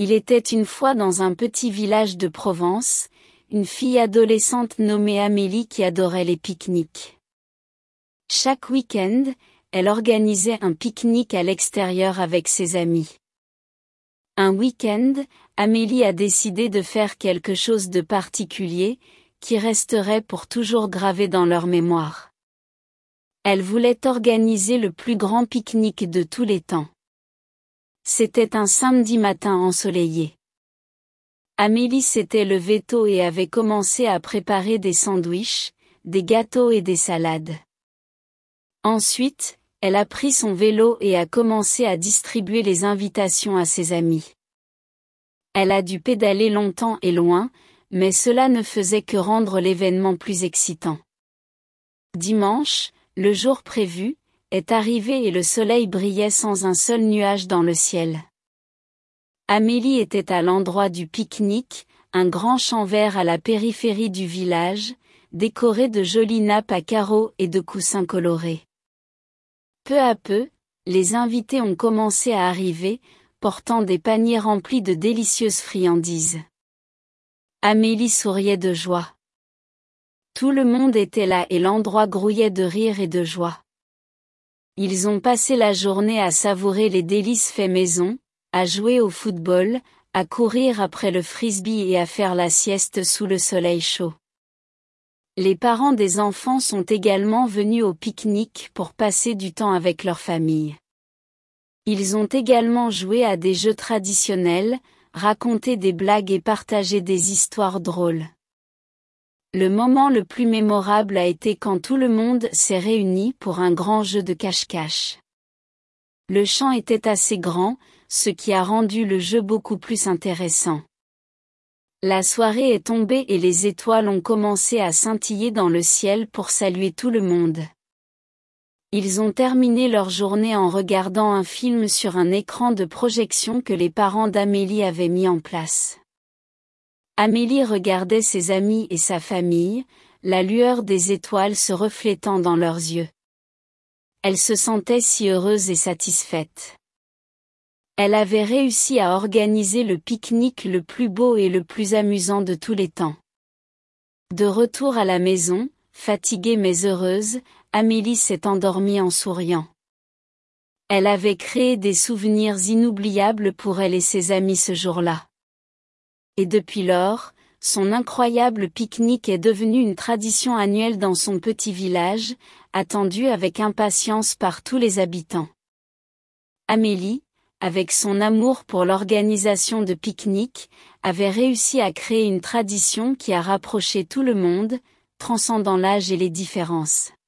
Il était une fois dans un petit village de Provence, une fille adolescente nommée Amélie qui adorait les pique-niques. Chaque week-end, elle organisait un pique-nique à l'extérieur avec ses amis. Un week-end, Amélie a décidé de faire quelque chose de particulier, qui resterait pour toujours gravé dans leur mémoire. Elle voulait organiser le plus grand pique-nique de tous les temps. C'était un samedi matin ensoleillé. Amélie s'était levée tôt et avait commencé à préparer des sandwichs, des gâteaux et des salades. Ensuite, elle a pris son vélo et a commencé à distribuer les invitations à ses amis. Elle a dû pédaler longtemps et loin, mais cela ne faisait que rendre l'événement plus excitant. Dimanche, le jour prévu, est arrivé et le soleil brillait sans un seul nuage dans le ciel. Amélie était à l'endroit du pique-nique, un grand champ vert à la périphérie du village, décoré de jolies nappes à carreaux et de coussins colorés. Peu à peu, les invités ont commencé à arriver, portant des paniers remplis de délicieuses friandises. Amélie souriait de joie. Tout le monde était là et l'endroit grouillait de rire et de joie. Ils ont passé la journée à savourer les délices faits maison, à jouer au football, à courir après le frisbee et à faire la sieste sous le soleil chaud. Les parents des enfants sont également venus au pique-nique pour passer du temps avec leur famille. Ils ont également joué à des jeux traditionnels, raconté des blagues et partagé des histoires drôles. Le moment le plus mémorable a été quand tout le monde s'est réuni pour un grand jeu de cache-cache. Le champ était assez grand, ce qui a rendu le jeu beaucoup plus intéressant. La soirée est tombée et les étoiles ont commencé à scintiller dans le ciel pour saluer tout le monde. Ils ont terminé leur journée en regardant un film sur un écran de projection que les parents d'Amélie avaient mis en place. Amélie regardait ses amis et sa famille, la lueur des étoiles se reflétant dans leurs yeux. Elle se sentait si heureuse et satisfaite. Elle avait réussi à organiser le pique-nique le plus beau et le plus amusant de tous les temps. De retour à la maison, fatiguée mais heureuse, Amélie s'est endormie en souriant. Elle avait créé des souvenirs inoubliables pour elle et ses amis ce jour-là. Et depuis lors, son incroyable pique-nique est devenu une tradition annuelle dans son petit village, attendue avec impatience par tous les habitants. Amélie, avec son amour pour l'organisation de pique-niques, avait réussi à créer une tradition qui a rapproché tout le monde, transcendant l'âge et les différences.